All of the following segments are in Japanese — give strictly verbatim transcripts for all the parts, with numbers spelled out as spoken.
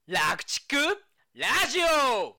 楽畜ラジオ。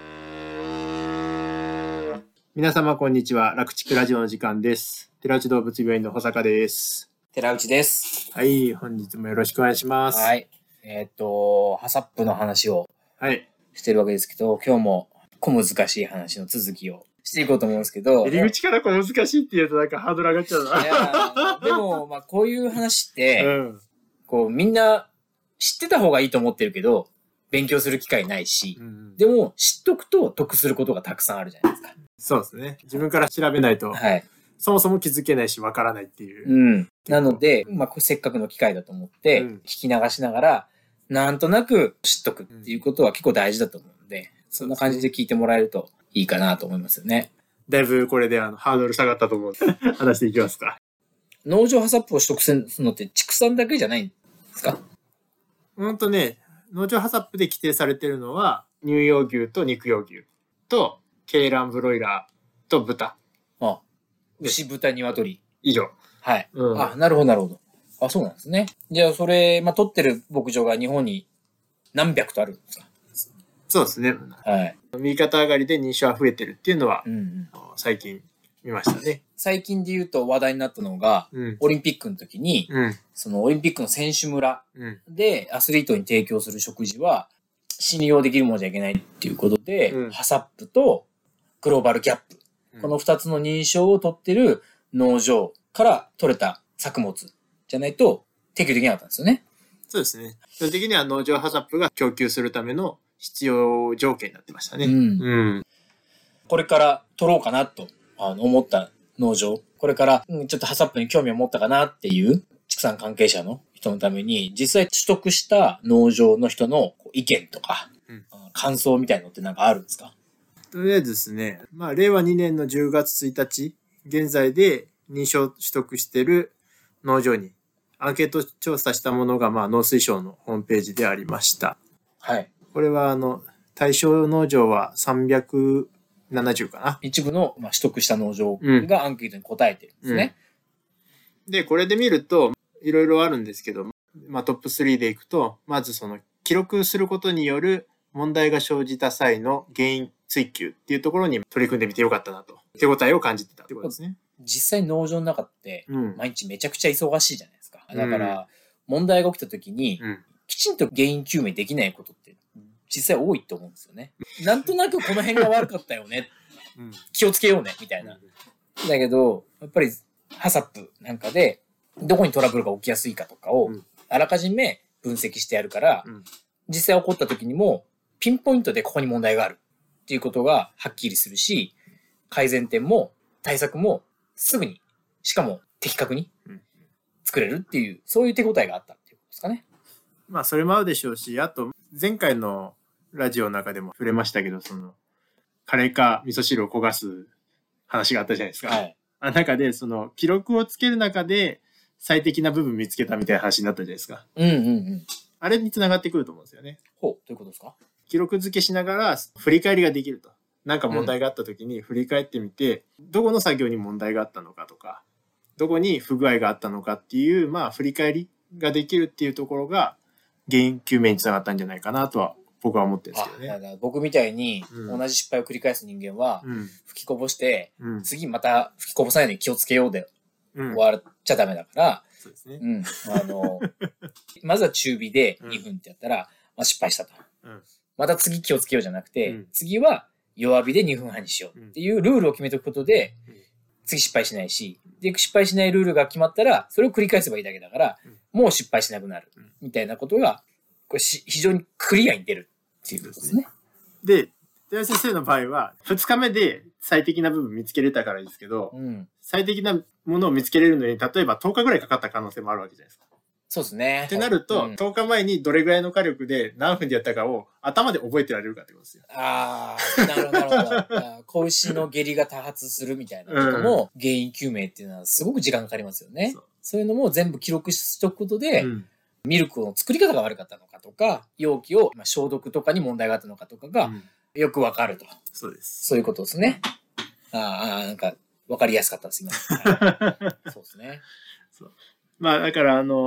皆様こんにちは。楽畜ラジオの時間です。寺内動物病院の保坂です。 寺内です。 はい、本日もよろしくお願いします。 はい。えっ、と、ハサップの話をしてるわけですけど、今日も小難しい話の続きをしていこうと思うんですけど。 入り口から小難しいって言うとなんかハードル上がっちゃうな。 いやでも、まあこういう話って、 うん、 こうみんな知ってた方がいいと思ってるけど、勉強する機会ないし、うん、でも知っとくと得することがたくさんあるじゃないですか。 そうですね。自分から調べないと、はい、そもそも気づけないしわからないっていう。 うん。なので、まあ、せっかくの機会だと思って、聞き流しながら、なんとなく知っとくっていうことは結構大事だと思うので、うん、そんな感じで聞いてもらえるといいかなと思いますよね。 だいぶこれであのハードル下がったと思うので、話していきますか。 農場ハサップを取得するのって畜産だけじゃないんですか？ ほんとね、農場ハサップで規定されてるのは、乳用牛と肉用牛と、鶏卵ブロイラーと豚。 あ、牛、豚、鶏。 以上。 はい。うん、あ、なるほど、なるほど。あ、そうなんですね。じゃあ、それ、まあ、取ってる牧場が日本に何百とあるんですか？ そうですね。はい。右肩上がりで認証は増えてるっていうのは、うんうん、最近見ましたね。 最近で言うと話題になったのが、うん、オリンピックの時に、うん、そのオリンピックの選手村でアスリートに提供する食事は信用できるものじゃいけないっていうことで、うん、ハサップとグローバルギャップ、うん、この二つの認証を取ってる農場から取れた作物じゃないと提供できなかったんですよね。 そうですね。基本的には農場ハサップが供給するための必要条件になってましたね。うんうん、 これから取ろうかなとあの思った農場、これから、うん、ちょっとハサップに興味を持ったかなっていう畜産関係者の人のために、実際取得した農場の人の意見とか、うん、感想みたいなのってなんかあるんですか？ とりあえずですね、まあ、れいわにねんのじゅうがつついたち、現在で認証取得している農場にアンケート調査したものが、まあ、農水省のホームページでありました。はい。これは、あの、対象農場はさんびゃくななじゅうかな。 一部の、まあ、取得した農場がアンケートに答えてるんですね。 うん、で、これで見ると、いろいろあるんですけど、まあ、トップスリーでいくと、まずその、記録することによる問題が生じた際の原因追求っていうところに取り組んでみてよかったなと。手応えを感じてたってことですね。 実際農場の中って、毎日めちゃくちゃ忙しいじゃないですか。うん、だから、問題が起きた時に、うん、きちんと原因究明できないことって、実際多いと思うんですよね。なんとなくこの辺が悪かったよね。うん、気をつけようね、みたいな。だけど、やっぱり、ハサップなんかで、どこにトラブルが起きやすいかとかを、あらかじめ分析してやるから、うん、実際起こった時にも、ピンポイントでここに問題があるっていうことがはっきりするし、改善点も対策もすぐに、しかも的確に作れるっていう、そういう手応えがあったっていうことですかね。 まあ、それもあるでしょうし、あと、前回のラジオの中でも触れましたけど、その、カレーか味噌汁を焦がす話があったじゃないですか。はい。あの中で、その、記録をつける中で最適な部分見つけたみたいな話になったじゃないですか。うんうんうん。あれに繋がってくると思うんですよね。 ほう、どういうことですか？ 記録付けしながら振り返りができると。なんか問題があった時に振り返ってみて、うん、どこの作業に問題があったのかとか、どこに不具合があったのかっていう、まあ、振り返りができるっていうところが原因究明につながったんじゃないかなとは僕は思ってるんですけどね。 だから僕みたいに同じ失敗を繰り返す人間は、うん、吹きこぼして、うん、次また吹きこぼさないように気をつけようで終わっちゃダメだから、うん、そうですね。うん。あの、まずは中火でにふんってやったら、まあ、失敗したと。うん、また次気をつけようじゃなくて、うん、次は弱火でにふんはんにしようっていうルールを決めておくことで、うん、次失敗しないし、で、失敗しないルールが決まったら、それを繰り返せばいいだけだから、うん、もう失敗しなくなる。みたいなことが、これし非常にクリアに出るっていうことですね。 で、寺先生の場合は、ふつかめで最適な部分見つけれたからですけど、うん、最適なものを見つけれるのに、例えばとおかぐらいかかった可能性もあるわけじゃないですか。 そうですね。 ってなると、うん、とおかまえにどれぐらいの火力で何分でやったかを頭で覚えてられるかってことですよ。 ああ、なるほど、なるほど。子牛の下痢が多発するみたいなことも、原因究明っていうのはすごく時間かかりますよね。そう、そういうのも全部記録しておくことで、うん、ミルクの作り方が悪かったのかとか、容器を消毒とかに問題があったのかとかが、よくわかると、うん。そうです。そういうことですね。ああ、なんか、わかりやすかったです、今。はい、そうですね。 そう。まあ、だから、あの、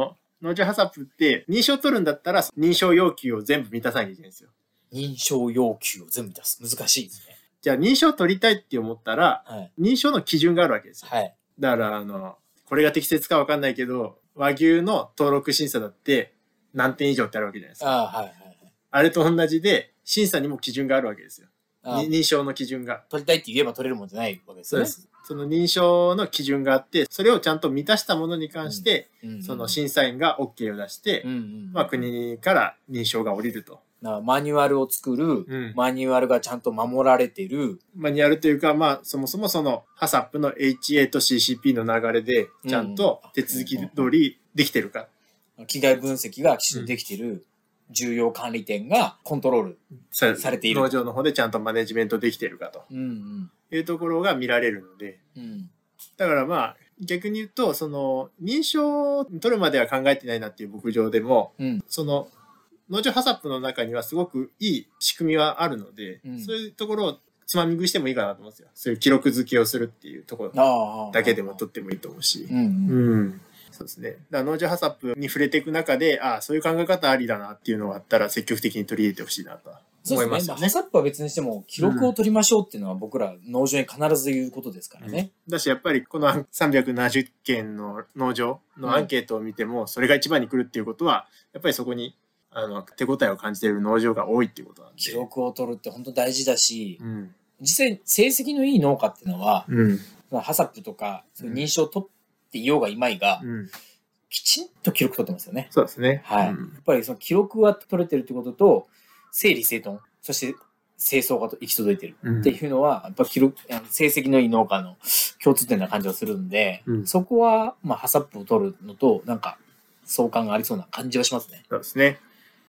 農場ハサップって認証取るんだったら認証要求を全部満たさなきゃいけないんですよ。 認証要求を全部出す。難しいですね。 じゃあ認証取りたいって思ったら、はい、認証の基準があるわけですよ。はい、だからあのこれが適切か分かんないけど和牛の登録審査だって何点以上ってあるわけじゃないですか。あ、はいはいはい、あれと同じで審査にも基準があるわけですよ。認証の基準が。 取りたいって言えば取れるもんじゃないわけですよね。 そうです。その認証の基準があって、それをちゃんと満たしたものに関して、うんうんうん、その審査員が OK を出して、うんうんうん、まあ、国から認証が下りると。 マニュアルを作る、うん、マニュアルがちゃんと守られてる。 マニュアルというか、まあ、そもそもそのハサップの エイチエー と シーシーピー の流れで、ちゃんと手続き通りできてるか。 機械分析がきちんとできてる。うん、重要管理点がコントロールされている。 農場の方でちゃんとマネジメントできているかと、うんうん、いうところが見られるので、うん、だからまあ逆に言うとその認証を取るまでは考えてないなっていう牧場でも、うん、その農場ハサップの中にはすごくいい仕組みはあるので、うん、そういうところをつまみ食いしてもいいかなと思うんですよ。そういう記録付けをするっていうところだけでも取ってもいいと思うし。うんうんうんそうですね。だから農場ハサップに触れていく中で、ああ、そういう考え方ありだなっていうのがあったら積極的に取り入れてほしいなと思います、ね。 そうですね。ハサップは別にしても記録を取りましょうっていうのは僕ら農場に必ず言うことですからね。 うん、だしやっぱりこのさんびゃくななじゅっけんの農場のアンケートを見ても、それが一番に来るっていうことは、やっぱりそこにあの手応えを感じている農場が多いっていうことなんで。 記録を取るって本当大事だし、うん、実際成績のいい農家っていうのは、うん、ハサップとかそういう認証を取っていようがいまいが、うんきちんと記録取ってますよね。 そうですね。 はい。うん、やっぱりその記録が取れてるってことと、整理整頓、そして清掃が行き届いてるっていうのは、うん、やっぱ記録、成績のいい農家の共通点な感じがするんで、うん、そこは、まあ、ハサップを取るのと、なんか、相関がありそうな感じはしますね。 そうですね。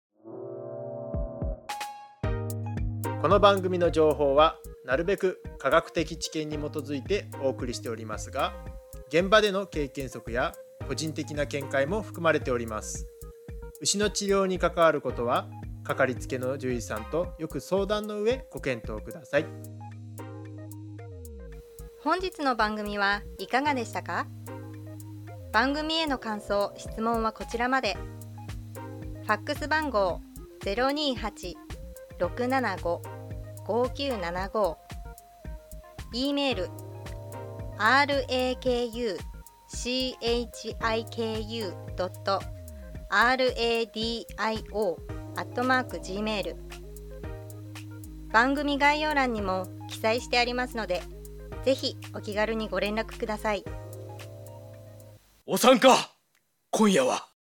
この番組の情報は、なるべく科学的知見に基づいてお送りしておりますが、現場での経験則や個人的な見解も含まれております。牛の治療に関わることはかかりつけの獣医さんとよく相談の上ご検討ください。 本日の番組はいかがでしたか？番組への感想・質問はこちらまで。ファックス番号 ゼロにはち ろくななご ごきゅうななご E メール アールエーケーユーシーエイチアイケーユー ドット アールエーディーアイオー アットマーク ジーメール 番組概要欄にも記載してありますのでぜひお気軽にご連絡ください。 お参加今夜は